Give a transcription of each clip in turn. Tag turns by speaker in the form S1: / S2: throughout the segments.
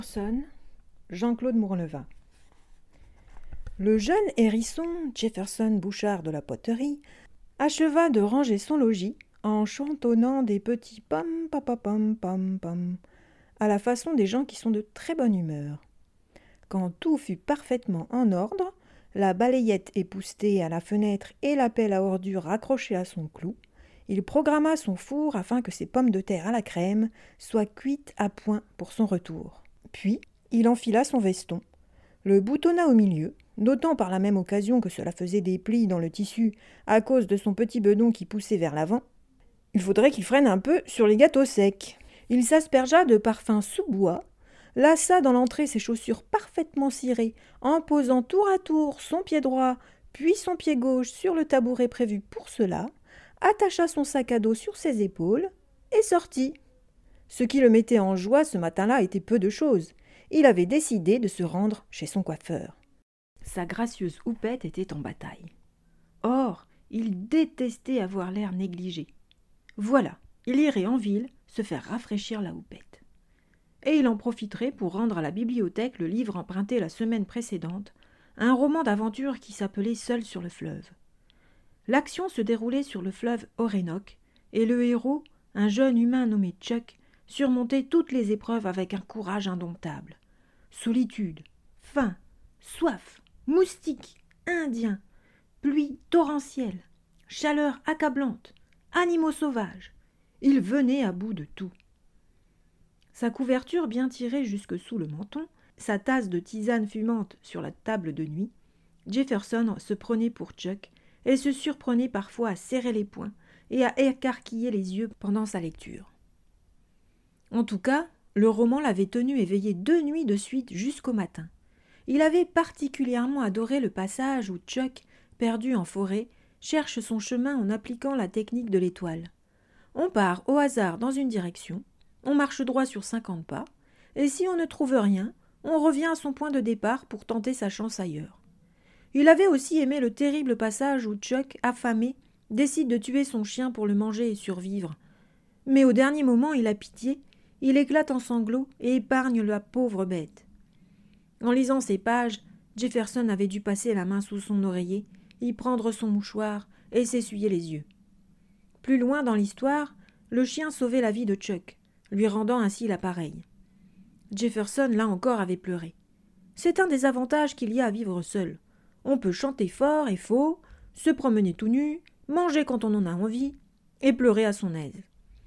S1: Jefferson, Jean-Claude Mourleva. Le jeune hérisson Jefferson Bouchard de la Poterie acheva de ranger son logis en chantonnant des petits pom pam pam pam pam à la façon des gens qui sont de très bonne humeur. Quand tout fut parfaitement en ordre, la balayette époustée à la fenêtre et la pelle à ordures accrochée à son clou, il programma son four afin que ses pommes de terre à la crème soient cuites à point pour son retour. Puis, il enfila son veston, le boutonna au milieu, notant par la même occasion que cela faisait des plis dans le tissu à cause de son petit bedon qui poussait vers l'avant. Il faudrait qu'il freine un peu sur les gâteaux secs. Il s'aspergea de parfums sous-bois, lassa dans l'entrée ses chaussures parfaitement cirées, en posant tour à tour son pied droit, puis son pied gauche sur le tabouret prévu pour cela, attacha son sac à dos sur ses épaules et sortit. Ce qui le mettait en joie ce matin-là était peu de chose. Il avait décidé de se rendre chez son coiffeur. Sa gracieuse houppette était en bataille. Or, il détestait avoir l'air négligé. Voilà, il irait en ville se faire rafraîchir la houppette. Et il en profiterait pour rendre à la bibliothèque le livre emprunté la semaine précédente, un roman d'aventure qui s'appelait Seul sur le fleuve. L'action se déroulait sur le fleuve Orénoque, et le héros, un jeune humain nommé Chuck, surmontait toutes les épreuves avec un courage indomptable. Solitude, faim, soif, moustiques, indiens, pluie torrentielle, chaleur accablante, animaux sauvages. Il venait à bout de tout. Sa couverture bien tirée jusque sous le menton, sa tasse de tisane fumante sur la table de nuit, Jefferson se prenait pour Chuck et se surprenait parfois à serrer les poings et à écarquiller les yeux pendant sa lecture. En tout cas, le roman l'avait tenu éveillé 2 nuits de suite jusqu'au matin. Il avait particulièrement adoré le passage où Chuck, perdu en forêt, cherche son chemin en appliquant la technique de l'étoile. On part au hasard dans une direction, on marche droit sur 50 pas, et si on ne trouve rien, on revient à son point de départ pour tenter sa chance ailleurs. Il avait aussi aimé le terrible passage où Chuck, affamé, décide de tuer son chien pour le manger et survivre. Mais au dernier moment, il a pitié, il éclate en sanglots et épargne la pauvre bête. En lisant ces pages, Jefferson avait dû passer la main sous son oreiller, y prendre son mouchoir et s'essuyer les yeux. Plus loin dans l'histoire, le chien sauvait la vie de Chuck, lui rendant ainsi l'appareil. Jefferson, là encore, avait pleuré. C'est un des avantages qu'il y a à vivre seul. On peut chanter fort et faux, se promener tout nu, manger quand on en a envie, et pleurer à son aise.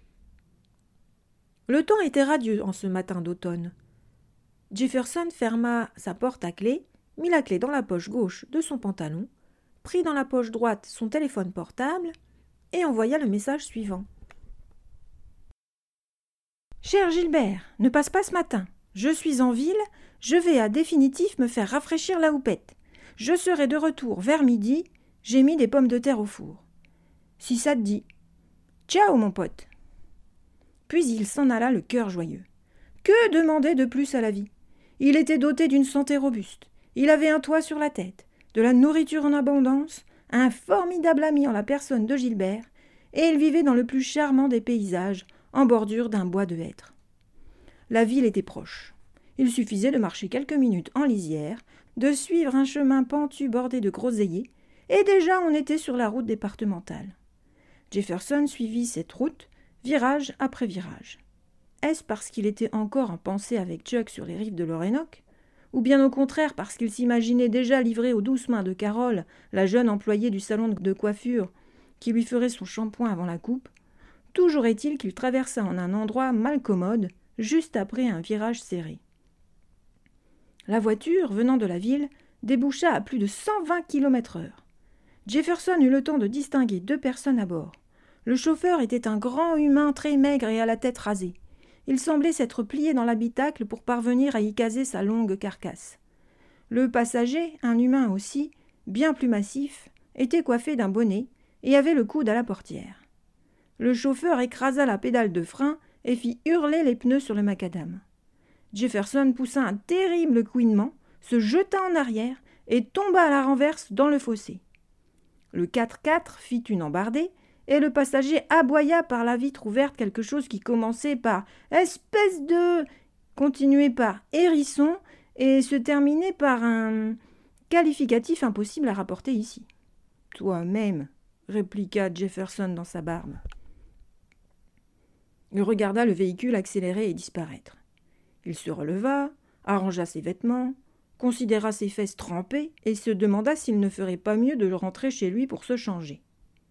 S1: Le temps était radieux en ce matin d'automne. Jefferson ferma sa porte à clé, mit la clé dans la poche gauche de son pantalon, prit dans la poche droite son téléphone portable et envoya le message suivant. « Cher Gilbert, ne passe pas ce matin. Je suis en ville, je vais à définitif me faire rafraîchir la houppette. Je serai de retour vers midi, j'ai mis des pommes de terre au four. Si ça te dit. Ciao mon pote. » Puis il s'en alla le cœur joyeux. Que demander de plus à la vie ? Il était doté d'une santé robuste. Il avait un toit sur la tête, de la nourriture en abondance, un formidable ami en la personne de Gilbert, et il vivait dans le plus charmant des paysages, en bordure d'un bois de hêtres. La ville était proche. Il suffisait de marcher quelques minutes en lisière, de suivre un chemin pentu bordé de groseilliers, et déjà on était sur la route départementale. Jefferson suivit cette route, virage après virage. Est-ce parce qu'il était encore en pensée avec Chuck sur les rives de l'Orénoque ? Ou bien au contraire parce qu'il s'imaginait déjà livré aux douces mains de Carole, la jeune employée du salon de coiffure, qui lui ferait son shampoing avant la coupe ? Toujours est-il qu'il traversa en un endroit mal commode, juste après un virage serré. La voiture, venant de la ville, déboucha à plus de 120 km/h. Jefferson eut le temps de distinguer 2 personnes à bord. Le chauffeur était un grand humain très maigre et à la tête rasée. Il semblait s'être plié dans l'habitacle pour parvenir à y caser sa longue carcasse. Le passager, un humain aussi, bien plus massif, était coiffé d'un bonnet et avait le coude à la portière. Le chauffeur écrasa la pédale de frein et fit hurler les pneus sur le macadam. Jefferson poussa un terrible couinement, se jeta en arrière et tomba à la renverse dans le fossé. Le 4x4 fit une embardée et le passager aboya par la vitre ouverte quelque chose qui commençait par « Espèce de » continuait par hérisson et se terminait par un qualificatif impossible à rapporter ici. « Toi-même » répliqua Jefferson dans sa barbe. Il regarda le véhicule accélérer et disparaître. Il se releva, arrangea ses vêtements, considéra ses fesses trempées et se demanda s'il ne ferait pas mieux de rentrer chez lui pour se changer.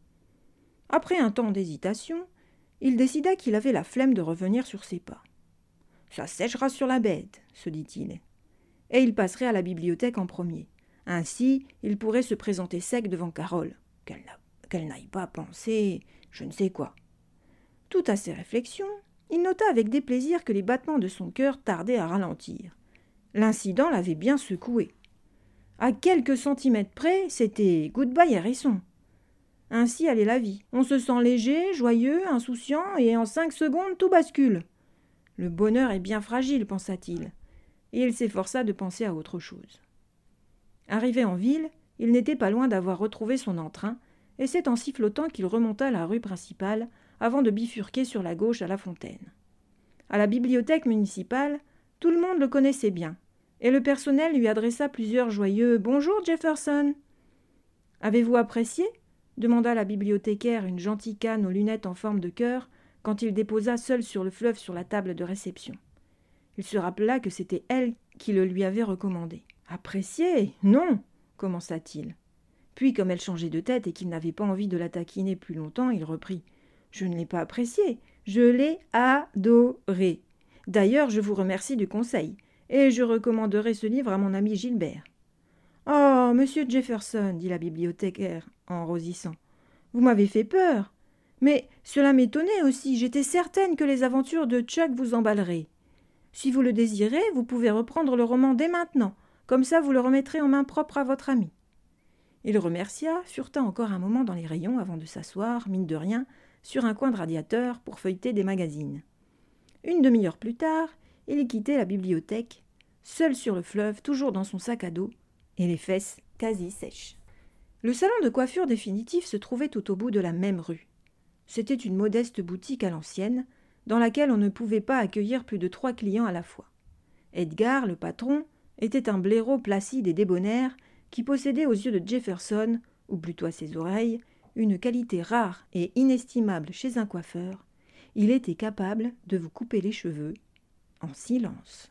S1: Après un temps d'hésitation, il décida qu'il avait la flemme de revenir sur ses pas. « Ça séchera sur la bête », se dit-il, et il passerait à la bibliothèque en premier. Ainsi, il pourrait se présenter sec devant Carole, qu'elle n'aille pas penser je ne sais quoi. Tout à ces réflexions, il nota avec déplaisir que les battements de son cœur tardaient à ralentir. L'incident l'avait bien secoué. À quelques centimètres près, c'était « goodbye hérisson ». Ainsi allait la vie. On se sent léger, joyeux, insouciant, et en 5 secondes, tout bascule. Le bonheur est bien fragile, pensa-t-il, et il s'efforça de penser à autre chose. Arrivé en ville, il n'était pas loin d'avoir retrouvé son entrain, et c'est en sifflotant qu'il remonta la rue principale avant de bifurquer sur la gauche à la fontaine. À la bibliothèque municipale, tout le monde le connaissait bien, et le personnel lui adressa plusieurs joyeux « Bonjour, Jefferson !»« Avez-vous apprécié ?» demanda la bibliothécaire une gentille canne aux lunettes en forme de cœur quand il déposa seul sur le fleuve sur la table de réception. Il se rappela que c'était elle qui le lui avait recommandé. « Apprécié ? Non !» commença-t-il. Puis, comme elle changeait de tête et qu'il n'avait pas envie de la taquiner plus longtemps, il reprit. « Je ne l'ai pas apprécié, je l'ai adoré. D'ailleurs, je vous remercie du conseil, et je recommanderai ce livre à mon ami Gilbert. »« Oh, monsieur Jefferson, dit la bibliothécaire en rosissant, vous m'avez fait peur. Mais cela m'étonnait aussi, j'étais certaine que les aventures de Chuck vous emballeraient. Si vous le désirez, vous pouvez reprendre le roman dès maintenant, comme ça vous le remettrez en main propre à votre ami. » Il remercia, fureta encore un moment dans les rayons avant de s'asseoir, mine de rien, sur un coin de radiateur pour feuilleter des magazines. Une demi-heure plus tard, il quittait la bibliothèque, seul sur le fleuve, toujours dans son sac à dos, et les fesses quasi sèches. Le salon de coiffure définitif se trouvait tout au bout de la même rue. C'était une modeste boutique à l'ancienne, dans laquelle on ne pouvait pas accueillir plus de 3 clients à la fois. Edgar, le patron, était un blaireau placide et débonnaire qui possédait aux yeux de Jefferson, ou plutôt à ses oreilles, une qualité rare et inestimable chez un coiffeur. Il était capable de vous couper les cheveux en silence.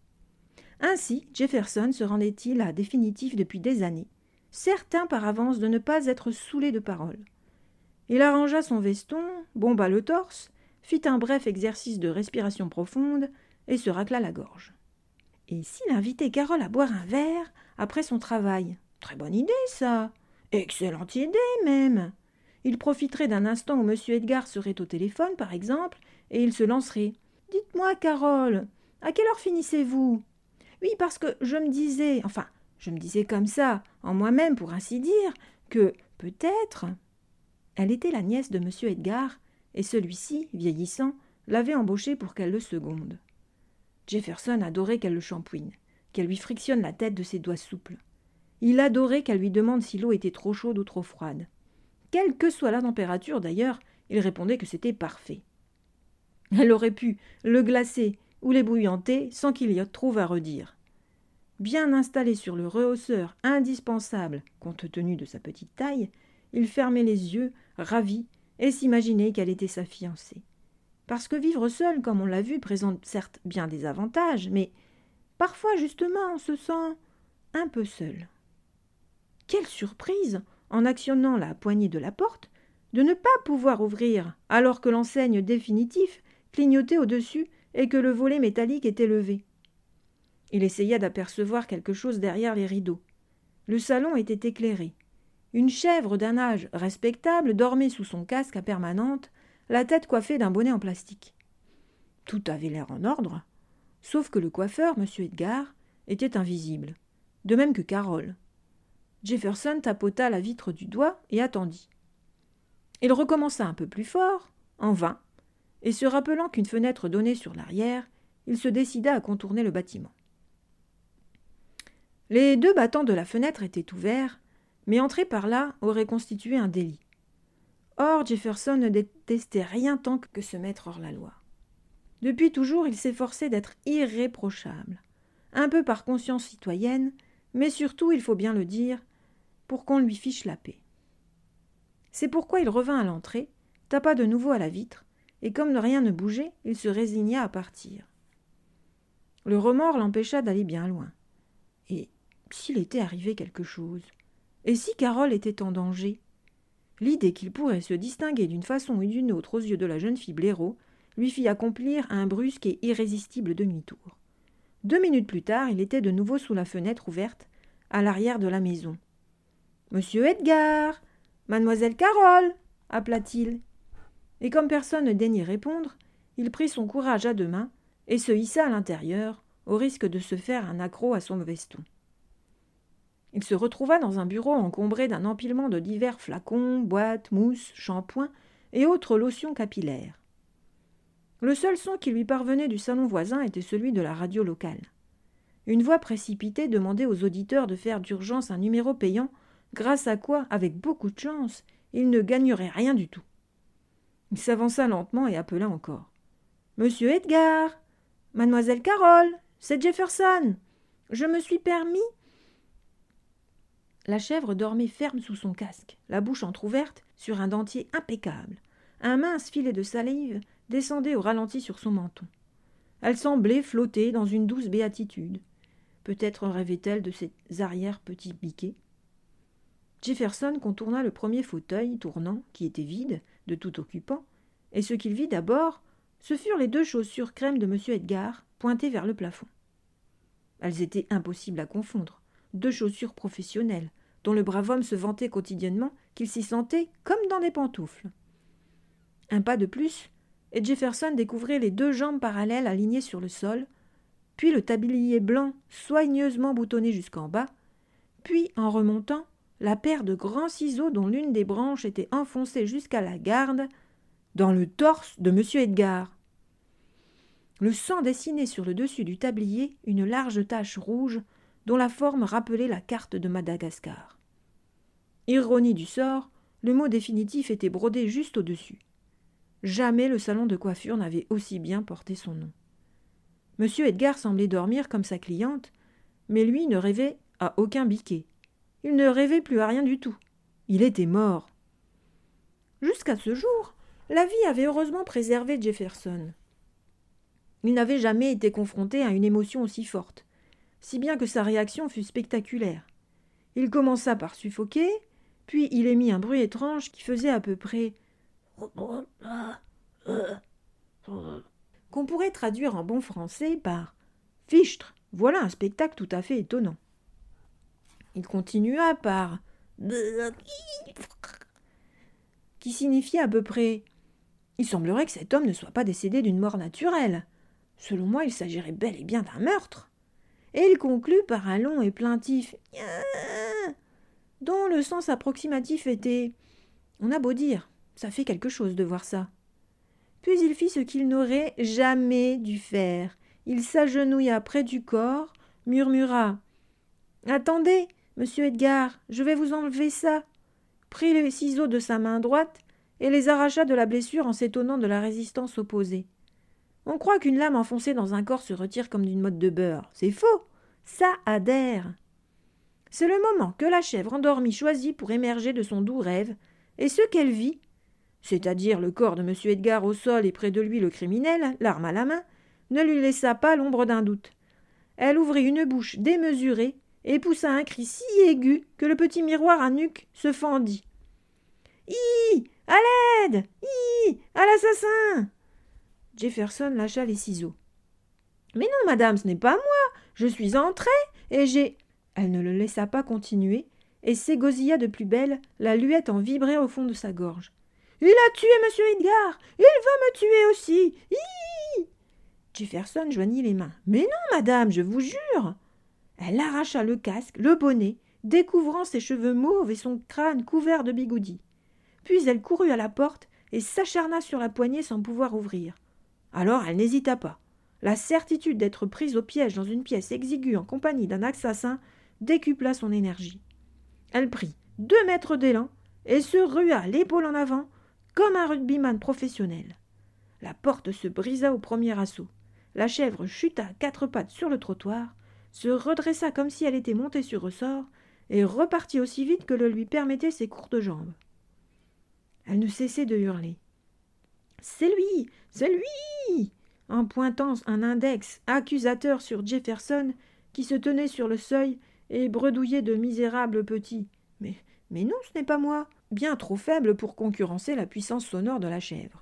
S1: Ainsi, Jefferson se rendait-il à définitif depuis des années, certain par avance de ne pas être saoulé de paroles. Il arrangea son veston, bomba le torse, fit un bref exercice de respiration profonde et se racla la gorge. Et s'il invitait Carole à boire un verre après son travail ? Très bonne idée, ça. Excellente idée, même. Il profiterait d'un instant où M. Edgar serait au téléphone, par exemple, et il se lancerait. « Dites-moi, Carole, à quelle heure finissez-vous ?»« Oui, parce que je me disais comme ça, en moi-même, pour ainsi dire, que, peut-être... » Elle était la nièce de M. Edgar, et celui-ci, vieillissant, l'avait embauchée pour qu'elle le seconde. Jefferson adorait qu'elle le shampouine, qu'elle lui frictionne la tête de ses doigts souples. Il adorait qu'elle lui demande si l'eau était trop chaude ou trop froide. Quelle que soit la température, d'ailleurs, il répondait que c'était parfait. Elle aurait pu le glacer ou l'ébouillanter sans qu'il y trouve à redire. Bien installé sur le rehausseur indispensable, compte tenu de sa petite taille, il fermait les yeux, ravi, et s'imaginait qu'elle était sa fiancée. Parce que vivre seul, comme on l'a vu, présente certes bien des avantages, mais parfois, justement, on se sent un peu seul. Quelle surprise, en actionnant la poignée de la porte, de ne pas pouvoir ouvrir, alors que l'enseigne définitive clignotait au-dessus et que le volet métallique était levé. Il essaya d'apercevoir quelque chose derrière les rideaux. Le salon était éclairé. Une chèvre d'un âge respectable dormait sous son casque à permanente, la tête coiffée d'un bonnet en plastique. Tout avait l'air en ordre, sauf que le coiffeur, M. Edgar, était invisible, de même que Carole. Jefferson tapota la vitre du doigt et attendit. Il recommença un peu plus fort, en vain, et se rappelant qu'une fenêtre donnait sur l'arrière, il se décida à contourner le bâtiment. Les 2 battants de la fenêtre étaient ouverts, mais entrer par là aurait constitué un délit. Or, Jefferson ne détestait rien tant que se mettre hors la loi. Depuis toujours, il s'efforçait d'être irréprochable, un peu par conscience citoyenne, mais surtout, il faut bien le dire, pour qu'on lui fiche la paix. C'est pourquoi il revint à l'entrée, tapa de nouveau à la vitre, et comme rien ne bougeait, il se résigna à partir. Le remords l'empêcha d'aller bien loin. Et s'il était arrivé quelque chose? Et si Carole était en danger? L'idée qu'il pourrait se distinguer d'une façon ou d'une autre aux yeux de la jeune fille blaireau lui fit accomplir un brusque et irrésistible demi-tour. 2 minutes plus tard, il était de nouveau sous la fenêtre ouverte, à l'arrière de la maison. « Monsieur Edgar! Mademoiselle Carole !» appela-t-il. Et comme personne ne daignait répondre, il prit son courage à deux mains et se hissa à l'intérieur, au risque de se faire un accroc à son veston. Il se retrouva dans un bureau encombré d'un empilement de divers flacons, boîtes, mousses, shampoings et autres lotions capillaires. Le seul son qui lui parvenait du salon voisin était celui de la radio locale. Une voix précipitée demandait aux auditeurs de faire d'urgence un numéro payant, grâce à quoi, avec beaucoup de chance, il ne gagnerait rien du tout. Il s'avança lentement et appela encore. « Monsieur Edgar! Mademoiselle Carole! C'est Jefferson! Je me suis permis... » La chèvre dormait ferme sous son casque, la bouche entr'ouverte sur un dentier impeccable. Un mince filet de salive descendait au ralenti sur son menton. Elle semblait flotter dans une douce béatitude. Peut-être rêvait-elle de ses arrières petits biquets. Jefferson contourna le premier fauteuil tournant, qui était vide, de tout occupant, et ce qu'il vit d'abord, ce furent les 2 chaussures crème de M. Edgar, pointées vers le plafond. Elles étaient impossibles à confondre, 2 chaussures professionnelles, dont le brave homme se vantait quotidiennement qu'il s'y sentait comme dans des pantoufles. Un pas de plus, et Jefferson découvrait les 2 jambes parallèles alignées sur le sol, puis le tablier blanc soigneusement boutonné jusqu'en bas, puis, en remontant, la paire de grands ciseaux dont l'une des branches était enfoncée jusqu'à la garde, dans le torse de M. Edgar. Le sang dessinait sur le dessus du tablier une large tache rouge dont la forme rappelait la carte de Madagascar. Ironie du sort, le mot définitif était brodé juste au-dessus. Jamais le salon de coiffure n'avait aussi bien porté son nom. M. Edgar semblait dormir comme sa cliente, mais lui ne rêvait à aucun biquet. Il ne rêvait plus à rien du tout. Il était mort. Jusqu'à ce jour, la vie avait heureusement préservé Jefferson. Il n'avait jamais été confronté à une émotion aussi forte, si bien que sa réaction fut spectaculaire. Il commença par suffoquer, puis il émit un bruit étrange qui faisait à peu près qu'on pourrait traduire en bon français par « Fichtre, voilà un spectacle tout à fait étonnant ». Il continua par qui signifiait à peu près « Il semblerait que cet homme ne soit pas décédé d'une mort naturelle. Selon moi, il s'agirait bel et bien d'un meurtre. » Et il conclut par un long et plaintif « dont le sens approximatif était « On a beau dire, ça fait quelque chose de voir ça. » Puis il fit ce qu'il n'aurait jamais dû faire. Il s'agenouilla près du corps, murmura « Attendez, monsieur Edgar, je vais vous enlever ça. » Prit les ciseaux de sa main droite et les arracha de la blessure en s'étonnant de la résistance opposée. On croit qu'une lame enfoncée dans un corps se retire comme d'une motte de beurre. C'est faux, ça adhère. C'est le moment que la chèvre endormie choisit pour émerger de son doux rêve, et ce qu'elle vit, c'est-à-dire le corps de M. Edgar au sol et près de lui le criminel, l'arme à la main, ne lui laissa pas l'ombre d'un doute. Elle ouvrit une bouche démesurée et poussa un cri si aigu que le petit miroir à nuque se fendit. « Hi ! À l'aide ! Hi ! À l'assassin !» Jefferson lâcha les ciseaux. « Mais non, madame, ce n'est pas moi. Je suis entrée et j'ai... » Elle ne le laissa pas continuer et s'égosilla de plus belle, la luette en vibrait au fond de sa gorge. « Il a tué monsieur Edgar. Il veut me tuer aussi. Hi !» Jefferson joignit les mains. « Mais non, madame, je vous jure !» Elle arracha le casque, le bonnet, découvrant ses cheveux mauves et son crâne couvert de bigoudis. Puis elle courut à la porte et s'acharna sur la poignée sans pouvoir ouvrir. Alors elle n'hésita pas. La certitude d'être prise au piège dans une pièce exiguë en compagnie d'un assassin décupla son énergie. Elle prit 2 mètres d'élan et se rua l'épaule en avant comme un rugbyman professionnel. La porte se brisa au premier assaut. La chèvre chuta à quatre pattes sur le trottoir, se redressa comme si elle était montée sur ressort, et repartit aussi vite que le lui permettaient ses courtes jambes. Elle ne cessait de hurler. « C'est lui! C'est lui !» en pointant un index accusateur sur Jefferson, qui se tenait sur le seuil et bredouillait de misérables petits. Mais non, ce n'est pas moi, bien trop faible pour concurrencer la puissance sonore de la chèvre.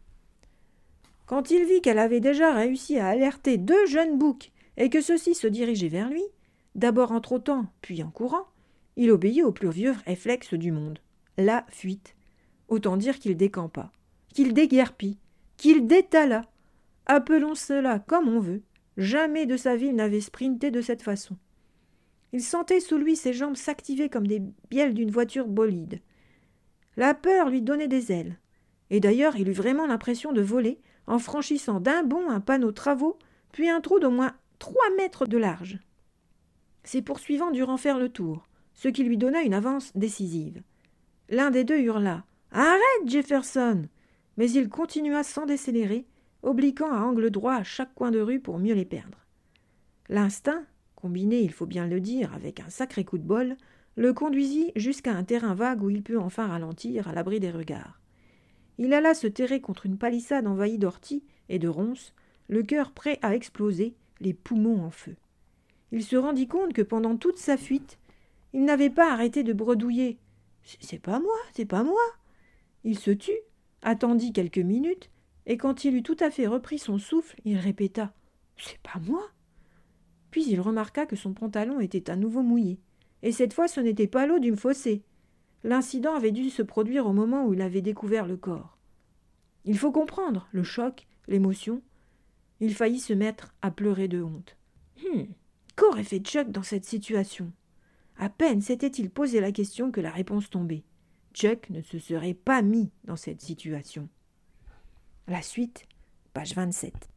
S1: Quand il vit qu'elle avait déjà réussi à alerter deux jeunes boucs et que ceux-ci se dirigeaient vers lui, d'abord en trottant, puis en courant, il obéit au plus vieux réflexe du monde, la fuite. Autant dire qu'il décampa, qu'il déguerpit, qu'il détala. Appelons cela comme on veut, jamais de sa vie il n'avait sprinté de cette façon. Il sentait sous lui ses jambes s'activer comme des bielles d'une voiture bolide. La peur lui donnait des ailes, et d'ailleurs il eut vraiment l'impression de voler en franchissant d'un bond un panneau travaux, puis un trou d'au moins 3 mètres de large. Ses poursuivants durent en faire le tour, ce qui lui donna une avance décisive. L'un des deux hurla « Arrête, Jefferson !» mais il continua sans décélérer, obliquant à angle droit à chaque coin de rue pour mieux les perdre. L'instinct, combiné, il faut bien le dire, avec un sacré coup de bol, le conduisit jusqu'à un terrain vague où il put enfin ralentir à l'abri des regards. Il alla se terrer contre une palissade envahie d'orties et de ronces, le cœur prêt à exploser, les poumons en feu. Il se rendit compte que pendant toute sa fuite, il n'avait pas arrêté de bredouiller. « C'est pas moi, c'est pas moi !» Il se tut, attendit quelques minutes, et quand il eut tout à fait repris son souffle, il répéta « C'est pas moi !» Puis il remarqua que son pantalon était à nouveau mouillé, et cette fois ce n'était pas l'eau du fossé. L'incident avait dû se produire au moment où il avait découvert le corps. Il faut comprendre le choc, l'émotion. Il faillit se mettre à pleurer de honte. Qu'aurait fait Chuck dans cette situation ? À peine s'était-il posé la question que la réponse tombait. Chuck ne se serait pas mis dans cette situation. La suite, page 27.